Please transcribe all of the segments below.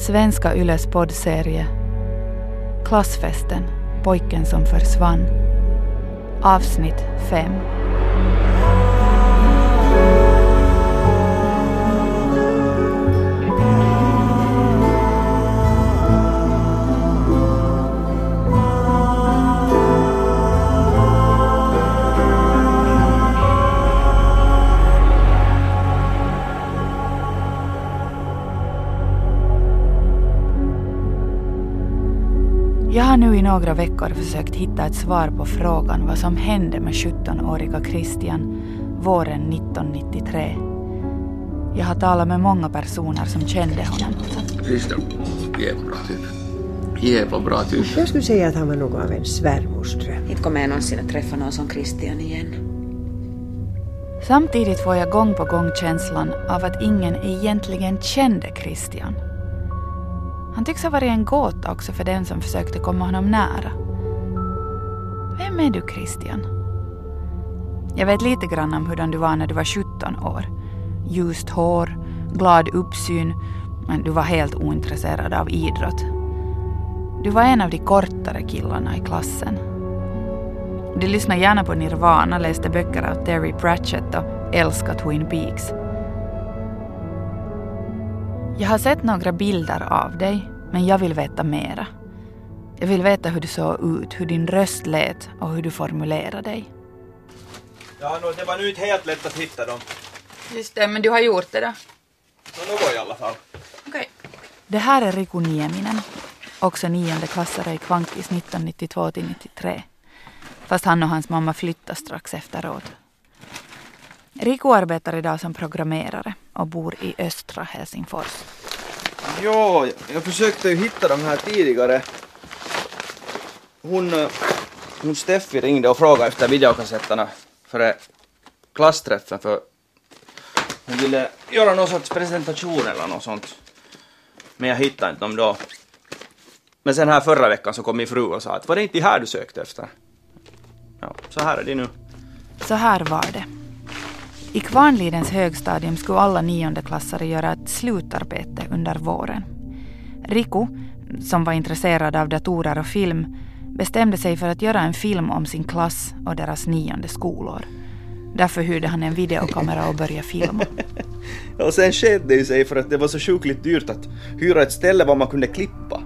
Svenska Yles poddserie Klassfesten, pojken som försvann. Avsnitt 5. Jag har nu i några veckor försökt hitta ett svar på frågan vad som hände med 17-åriga Christian våren 1993. Jag har talat med många personer som kände honom. Christian, jävla bra typ. Jag skulle säga att han var något av en svärmorsdröm. Inte kommer jag någonsin att träffa någon som Christian igen. Samtidigt får jag gång på gång känslan av att ingen egentligen kände Christian. Han tycks ha varit en gåta också för den som försökte komma honom nära. Vem är du, Christian? Jag vet lite grann om hurdan du var när du var 17 år. Ljust hår, glad uppsyn, men du var helt ointresserad av idrott. Du var en av de kortare killarna i klassen. Du lyssnade gärna på Nirvana, läste böcker av Terry Pratchett och älskade Twin Peaks. Jag har sett några bilder av dig, men jag vill veta mera. Jag vill veta hur du såg ut, hur din röst lät och hur du formulerade dig. Ja, det var nu inte helt lätt att hitta dem. Just det, men du har gjort det då? Något i alla fall. Okej. Det här är Riku Nieminen, också 9:e klassare i Kvankis 1992-93. Fast han och hans mamma flyttade strax efteråt. Riku arbetar idag som programmerare och bor i östra Helsingfors. Jo, jag försökte ju hitta dem här tidigare. Hon Steffi ringde och frågade efter videokassetterna för klassträffen, för hon ville göra någon sorts presentation eller något sånt. Men jag hittade inte dem då. Men sen här förra veckan så kom min fru och sa att var det inte här du sökte efter? Ja, så här är det nu. Så här var det. I Kvarnlidens högstadium skulle alla 9:e-klassare göra ett slutarbete under våren. Riku, som var intresserad av datorer och film, bestämde sig för att göra en film om sin klass och deras 9:e skolår. Därför hyrde han en videokamera och började filma. Och sen skedde det ju sig för att det var så sjukligt dyrt att hyra ett ställe var man kunde klippa.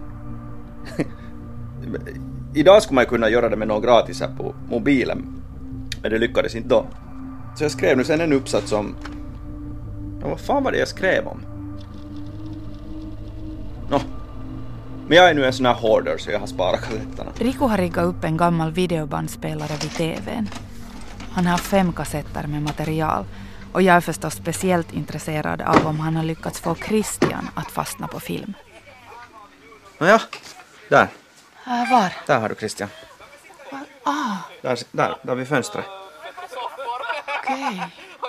Idag skulle man kunna göra det med något gratis här på mobilen, men det lyckades inte då. Så jag skrev nu sen en uppsats om... Ja, vad fan var det jag skrev om? Men jag är nu en sån här hoarder så jag har sparat kassetterna. Riku har riggat upp en gammal videobandspelare vid tvn. Han har 5 kassetter med material och jag är förstås speciellt intresserad av om han har lyckats få Christian att fastna på film. Nåja, där. Var? Där har du Christian. Där vid fönstret. Okej.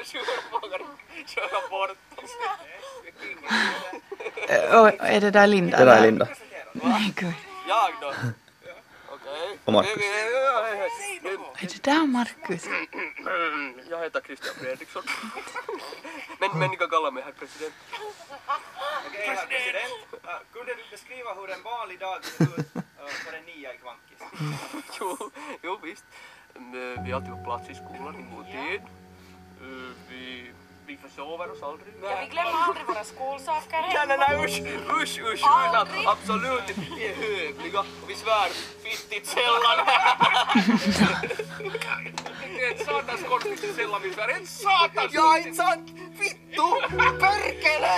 Är det där Linda? Det där är Linda. Nej, gud. Jag då? Okej. Och Markus. Är det där Markus? Jag heter Christian Fredriksson. Men ni kan kalla mig herr president. Okej, herr president. Kunde du beskriva hur en vanlig dag ser ut för en 9 i Kvankis? Jo visst. Vi är alltid på plats i skolan i god tid. Vi försover oss aldrig. Ja, vi glömmer aldrig våra skolsaker. Nej, usch. Absolut inte. Vi är hövliga och vi svär fittigt sällan. Det är ett satans konstigt sällan vi svär. En satans! Ja, inte sant! Fitto! Perkele!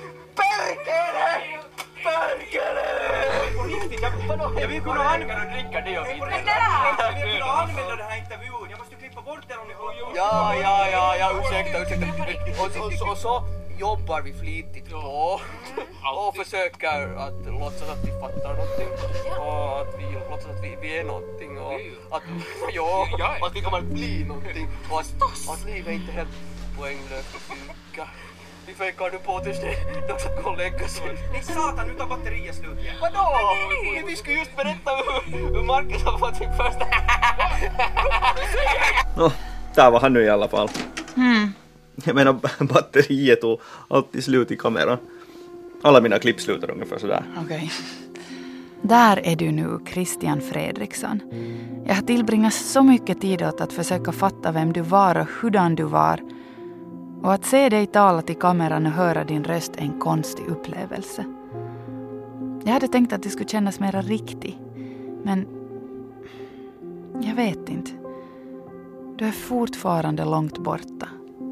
Jag vill kunna använda och dricka det och vidare. Jag vill kunna använda den här intervjun. Jag måste klippa bort den om ni håller. Ja, ursäkta. Och så jobbar vi flitigt och försöker att låtsas att vi fattar någonting och att vi låtsas att vi är någonting och att vi kommer att bli någonting och att livet inte är helt poänglöst och sjuka. Vi fejkar nu på tills det är dags att gå och lägga sig. Nej satan, nu tar batteriet slut igen. Vadå? Vi skulle just berätta hur Markus har fått sin första... Där var han nu i alla fall. Jag menar, batteriet tog alltid slut i kameran. Alla mina klipp slutar ungefär sådär. Okej. Där är du nu, Christian Fredriksson. Jag har tillbringat så mycket tid åt att försöka fatta vem du var och hurdan du var. Och att se dig tala till kameran och höra din röst är en konstig upplevelse. Jag hade tänkt att det skulle kännas mer riktigt. Men jag vet inte. Du är fortfarande långt borta.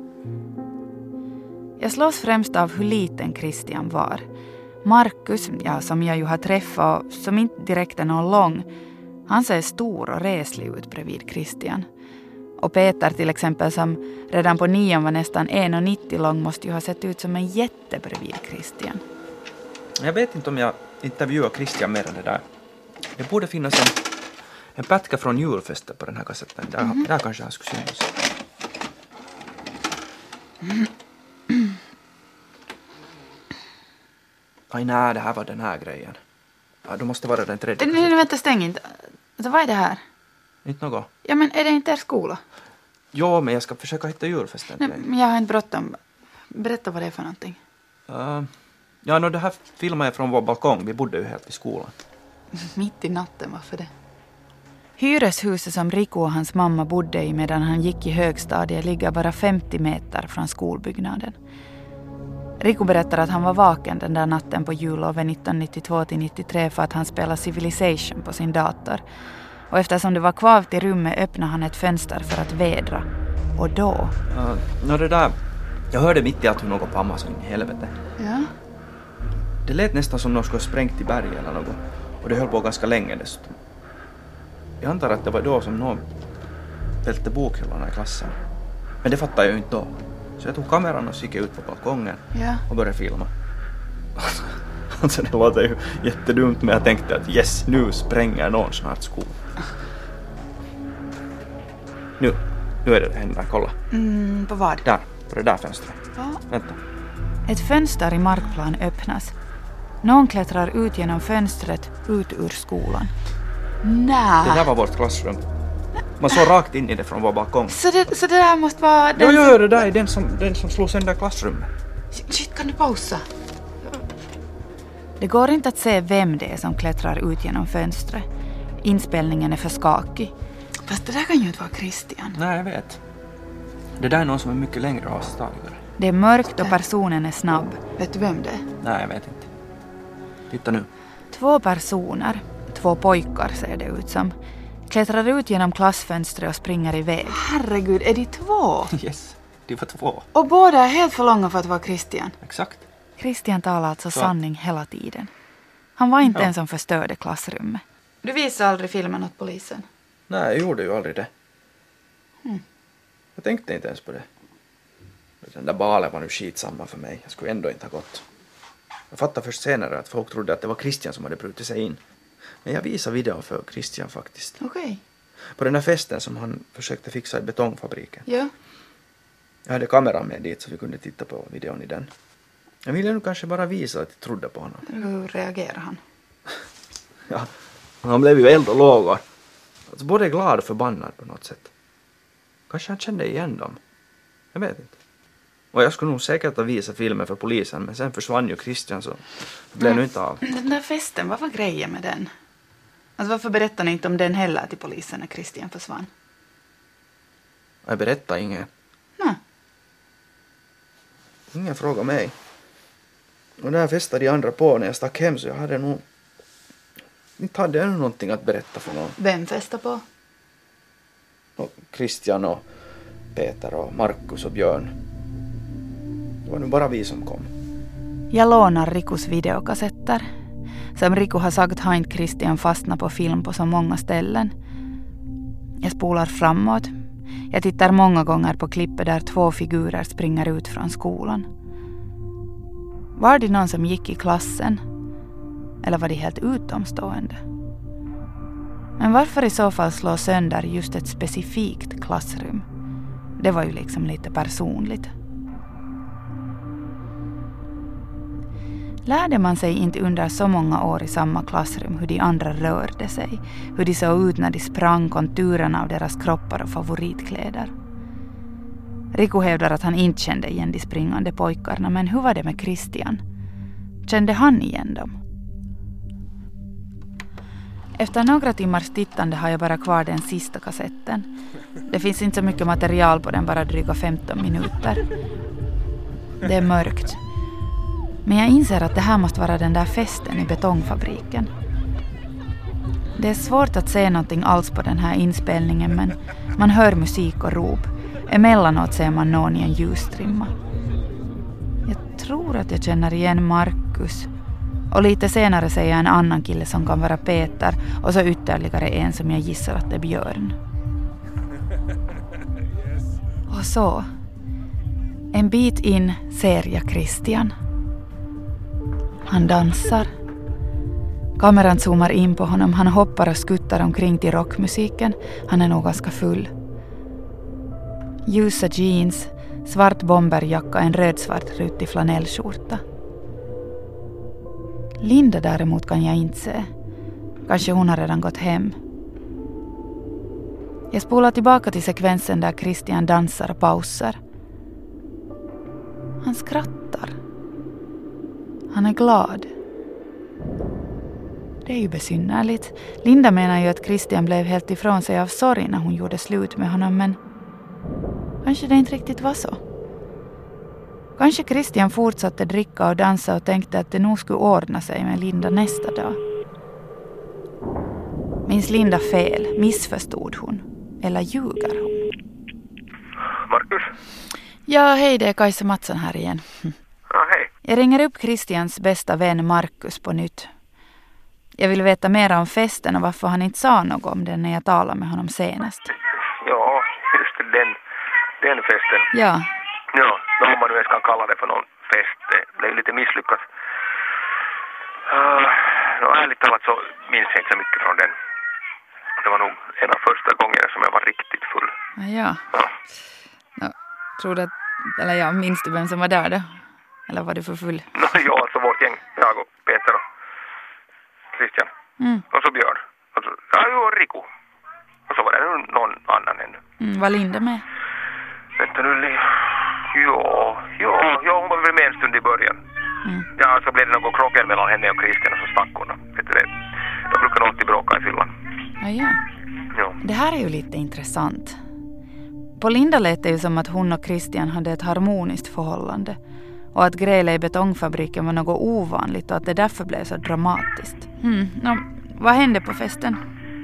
Jag slås främst av hur liten Christian var. Markus, som jag ju har träffat och som inte direkt är någon lång, han ser stor och reslig ut bredvid Christian. Och Peter till exempel, som redan på 9 var nästan 1,90 lång, måste ju ha sett ut som en jätte bredvid Christian. Jag vet inte om jag intervjuar Christian mer än det där. Det borde finnas en pätkä från julfesten på den här kassetten. Där kanske han skulle synas. Aj nej, det här var den här grejen. Ja, då måste vara den tredje. Nej, vänta, stäng inte. Alltså, vad är det här? Inte något. Ja, men är det inte er skola? Jo, men jag ska försöka hitta julfesten. Nej, men jag har inte bråttom. Berätta vad det är för någonting. Det här filmade jag från vår balkong. Vi bodde ju helt vid skolan. Mitt i natten, varför det? Hyreshuset som Riku och hans mamma bodde i medan han gick i högstadiet ligger bara 50 meter från skolbyggnaden. Riku berättar att han var vaken den där natten på jullovet 1992-93 för att han spelade Civilization på sin dator. Och eftersom det var kvavt i rummet öppnade han ett fönster för att vädra. Och då... det där... Jag hörde mitt i att hon något pamma så in i helvete. Ja? Det lät nästan som någon skulle ha sprängt i berg eller något. Och det höll på ganska länge dessutom. Jag antar att det var då som någon välte bokhyllorna i klassen. Men det fattade jag ju inte då. Så jag tog kameran och gick ut på balkongen och började filma. Alltså det låter ju jättedumt, men jag tänkte att yes, nu spränger någon snart skol. Nu är det händerna, kolla. På vad? Där, på det där fönstret. Ja. Vänta. Ett fönster i markplan öppnas. Någon klättrar ut genom fönstret, ut ur skolan. Nej. Det där var vårt klassrum. Man såg rakt in i det från vår balkong. Så det där måste vara... Jo, det där är den som slog sönder klassrummet. Shit, kan du pausa? Det går inte att se vem det är som klättrar ut genom fönstret. Inspelningen är för skakig. Fast det där kan ju inte vara Christian. Nej, jag vet. Det där är någon som är mycket längre och avstadigare. Det är mörkt och personen är snabb. Vet du vem det är? Nej, jag vet inte. Titta nu. 2 personer, 2 pojkar ser det ut som, klättrar ut genom klassfönstret och springer iväg. Herregud, är de 2? Yes, de var 2. Och båda är helt för långa för att vara Christian. Exakt. Christian talar alltså sanning hela tiden. Han var inte en som förstörde klassrummet. Du visade aldrig filmen åt polisen? Nej, jag gjorde ju aldrig det. Jag tänkte inte ens på det. Den där balen var nu skitsamma för mig. Jag skulle ändå inte ha gått. Jag fattade först senare att folk trodde att det var Christian som hade brutit sig in. Men jag visade video för Christian faktiskt. Okej. På den där festen som han försökte fixa i betongfabriken. Ja. Jag hade kameran med dit så vi kunde titta på videon i den. Jag ville nog kanske bara visa att jag trodde på honom. Hur reagerar han? Ja, han blev ju eld och lågor. Alltså både glad och förbannad på något sätt. Kanske han kände igen dem. Jag vet inte. Och jag skulle nog säkert ha visat filmen för polisen, men sen försvann ju Christian så det blev nu inte av. Den där festen, vad var grejen med den? Alltså varför berättade ni inte om den heller till polisen när Christian försvann? Jag berättade ingen. Nej. Ingen frågade mig. Och där festade de andra på när jag stack hem så jag hade nog... Inte hade jag nog någonting att berätta för någon. Vem festade på? Och Christian och Peter och Markus och Björn. Det var nu bara vi som kom. Jag lånar Rikus videokassetter. Som Riku har sagt har inte Christian fastnat på film på så många ställen. Jag spolar framåt. Jag tittar många gånger på klippet där 2 figurer springer ut från skolan. Var det någon som gick i klassen? Eller var det helt utomstående? Men varför i så fall slå sönder just ett specifikt klassrum? Det var ju liksom lite personligt. Lärde man sig inte under så många år i samma klassrum hur de andra rörde sig, hur de såg ut när de sprang, konturerna av deras kroppar och favoritkläder? Riku hävdar att han inte kände igen de springande pojkarna, men hur var det med Christian? Kände han igen dem? Efter några timmars tittande har jag bara kvar den sista kassetten. Det finns inte så mycket material på den, bara dryga 15 minuter. Det är mörkt. Men jag inser att det här måste vara den där festen i betongfabriken. Det är svårt att se någonting alls på den här inspelningen, men man hör musik och rop. Emellanåt ser man någon i en ljusstrimma. Jag tror att jag känner igen Markus. Och lite senare ser jag en annan kille som kan vara Peter, och så ytterligare en som jag gissar att det är Björn. Och så, en bit in ser jag Christian. Han dansar. Kameran zoomar in på honom. Han hoppar och skuttar omkring till rockmusiken. Han är nog ganska full. Ljusa jeans, svart bomberjacka, en rödsvart rutig flanellskjorta. Linda däremot kan jag inte se. Kanske hon har redan gått hem. Jag spolar tillbaka till sekvensen där Christian dansar och pausar. Han skrattar. Han är glad. Det är ju besynnerligt. Linda menar ju att Christian blev helt ifrån sig av sorg när hon gjorde slut med honom, men kanske det inte riktigt var så. Kanske Christian fortsatte dricka och dansa och tänkte att det nog skulle ordna sig med Linda nästa dag. Minns Linda fel? Missförstod hon? Eller ljuger hon? Markus? Ja, hej, det är Kajsa Mattsson här igen. Ja, hej. Jag ringer upp Christians bästa vän Markus på nytt. Jag vill veta mer om festen och varför han inte sa något om den när jag talade med honom senast. Ja, just den festen. Ja. Ja, om man nu ens kan kalla det för någon fest. Det blev lite misslyckat. Ärligt talat så minns jag inte så mycket från den. Det var nog en av första gångerna som jag var riktigt full. Ja. Ja, tror du att, eller ja, minns du vem som var där då? Eller var du för full? Ja, alltså vårt gäng. Jag och Peter och Christian. Och så Björn. Och Riku. Och så var det någon annan ännu. Var Linda med? Vänta nu, ja, hon var väl med en stund i början. Ja, så blev det någon krocken mellan henne och Christian och så stack hon. Vet du det? De brukar alltid bråka i fyllan. Ja. Det här är ju lite intressant. På Linda lät det ju som att hon och Christian hade ett harmoniskt förhållande. Och att gräla i betongfabriken var något ovanligt och att det därför blev så dramatiskt. Vad hände på festen?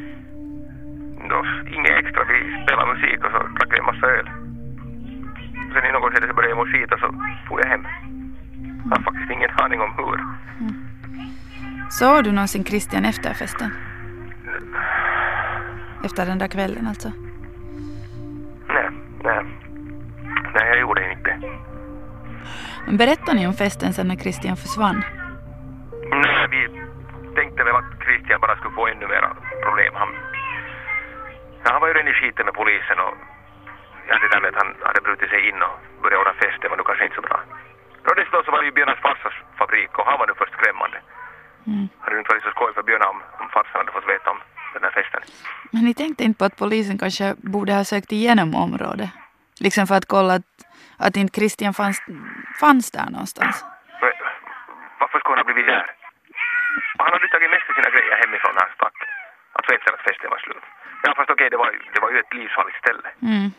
Inget extra. Vi spelade musik och så drack vi en massa öl. Sen i något skede så började jag må skit och så får jag hem. Jag har faktiskt ingen aning om hur. Såg du någonsin Christian efter festen? Efter den där kvällen alltså? Nej, jag gjorde inte. Men berättade ni om festen sen när Christian försvann? Nej, vi tänkte väl att Christian bara skulle få ännu mera problem. Han var ju redan i skiten med polisen och det där med att han hade brutit sig in och börjat ordna fest, det var nog kanske inte så bra. Och dessutom så var det ju Björnas farsas fabrik och han var nu först skrämmande. Hade det inte varit så skoj för Björn om farsan hade fått veta om den här festen. Men ni tänkte inte på att polisen kanske borde ha sökt igenom området? Liksom för att kolla att inte Christian fanns där någonstans? Men, varför skulle han ha blivit där? Han hade tagit mest sina grejer hemifrån när han stack. Alltså efter att festen var slut. Ja, fast okej, det var ju ett livsfarligt ställe.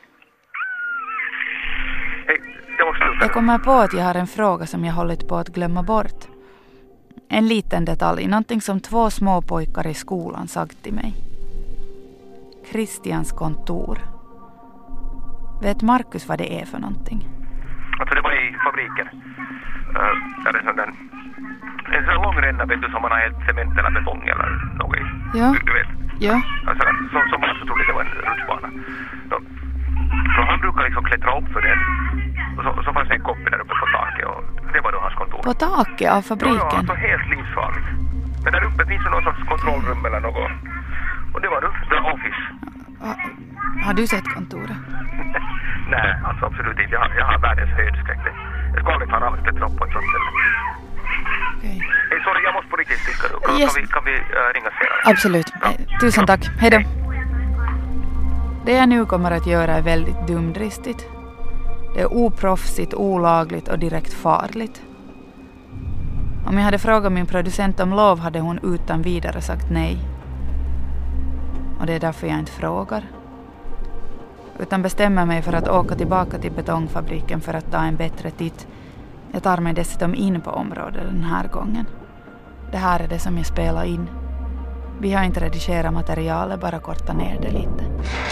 Hej, det måste sluta. Jag kommer på att jag har en fråga som jag hållit på att glömma bort. En liten detalj, någonting som 2 små pojkar i skolan sagt till mig. Christians kontor. Vet Markus vad det är för någonting? Alltså det var i fabriken. Där är en sån lång ränna, vet du, som man har helt cement eller betong eller något i. Ja. Du vet? Ja. Alltså, som man så trodde det var en rutschbana. Så han brukar liksom klättra upp för den. Och så fanns det en koppe där uppe på taket och det var då hans kontor. På taket av fabriken? Ja, alltså helt livsfarligt. Men där uppe finns det någon sorts kontrollrum eller något. Och det var då the office. Har du sett kontoret? Nej, alltså absolut inte. Jag har världens höjdskräck. Jag ska aldrig fan klättra upp på ett sånt ställe. Okej. Hey, sorry, jag måste på riktigt sticka. Yes. Kan vi ringa senare? Absolut. Tusen tack. Hej då. Det jag nu kommer att göra är väldigt dumdristigt. Det är oproffsigt, olagligt och direkt farligt. Om jag hade frågat min producent om lov hade hon utan vidare sagt nej. Och det är därför jag inte frågar. Utan bestämmer mig för att åka tillbaka till betongfabriken för att ta en bättre titt. Jag tar mig dessutom in på området den här gången. Det här är det som jag spelar in. Vi har inte redigerat materialet, bara kortat ner det lite.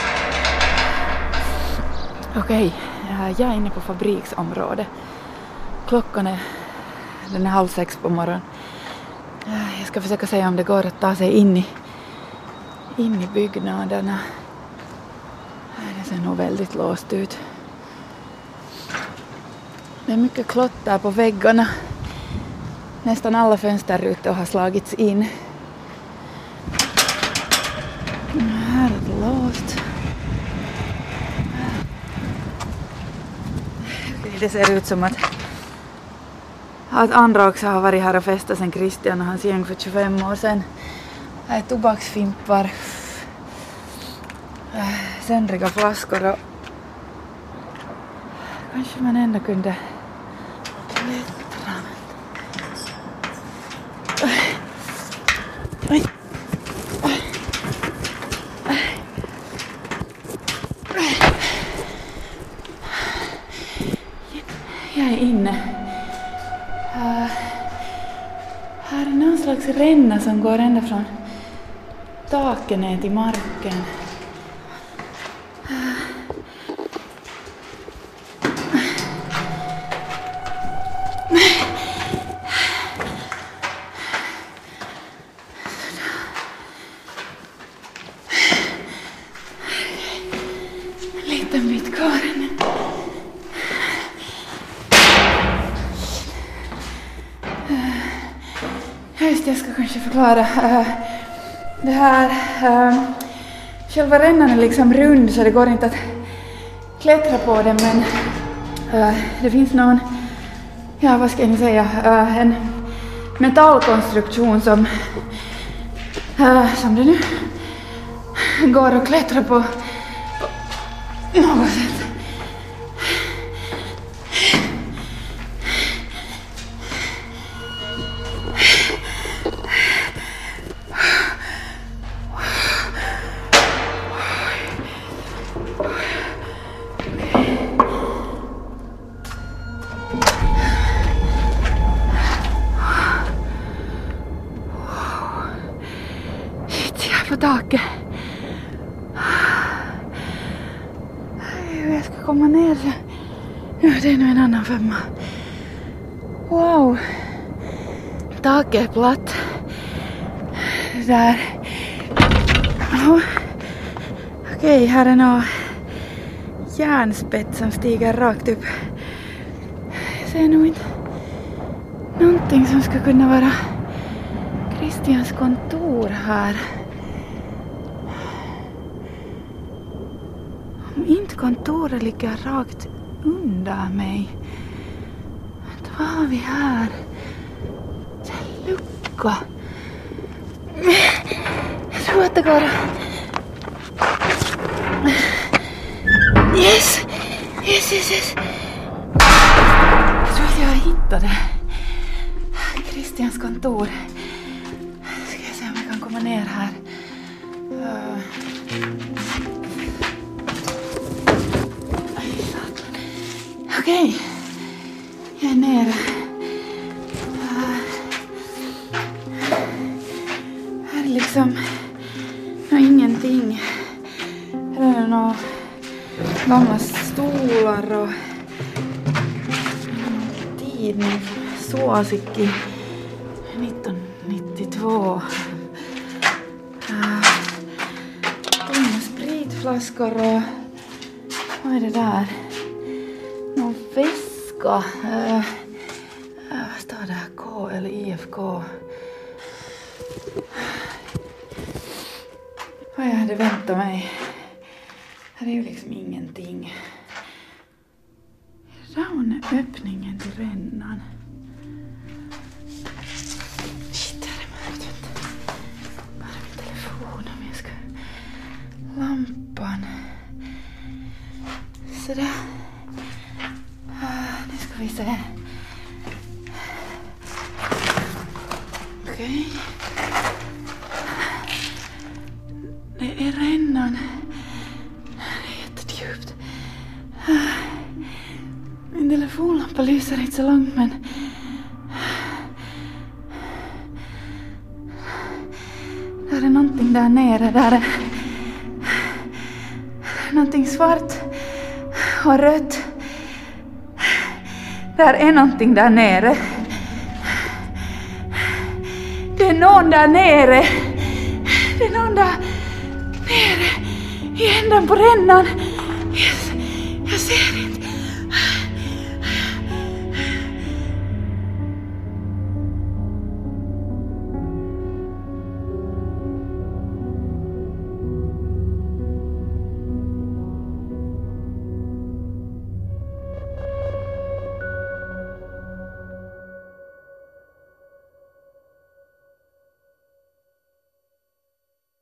Okej, jag är inne på fabriksområdet. Klockan är 5:30 på morgonen. Jag ska försöka se om det går att ta sig in i byggnaderna. Det ser nog väldigt låst ut. Det är mycket klotter på väggarna. Nästan alla fönsterrutor har slagits in. Här är det låst. Det ser ut som att andra också har varit här och festat sen Christian och hans gäng för 25 år sedan. Här är tobaksfimpar. Söndriga flaskor och kanske man ändå kunde klättra. Oj. Jag är inne. Här är någon slags ränna som går ända från taket ner till marken. Liten bit kvar. Just jag ska kanske förklara. Det här, själva rännan är liksom rund så det går inte att klättra på den, men det finns någon, ja vad ska jag nu säga, en metallkonstruktion som det nu går att klättra på något sätt. På taket. Jag ska komma ner. Ja, det är nog en annan femma. Wow. Taket är platt. Där. Oh. Okej, här är nog järnspett som stiger rakt upp. Jag ser nog inte någonting som ska kunna vara Christians kontor här. Inte kontoret ligger rakt under mig. Vad har vi här? En lucka. Jag tror att det går. Yes! Yes. Jag tror att jag hittade Christians kontor. Ska jag se om jag kan komma ner här. Okej, jag är nere. Här är liksom ingenting. Här är några gamla stolar och tidning Suosikki 1992. Tomma spritflaskor och vad är det där? Någon väska. Vad står det här? K eller IFK? Vad jag hade väntat mig. Här är ju liksom ingenting. Raun öppningen till rännan. Shit, här är mörkt. Bara min telefon om jag ska... Lampan. Sådär. Nu ska vi se. Okej. Det är rännan. Det är jättedjupt. Min telefonlampa lyser inte så långt, men... Där är någonting där nere. Där är någonting svart och rött. Där är någonting där nere. Det är någon där nere. Det är någon där nere. I ändan på rännan. Jag ser inte.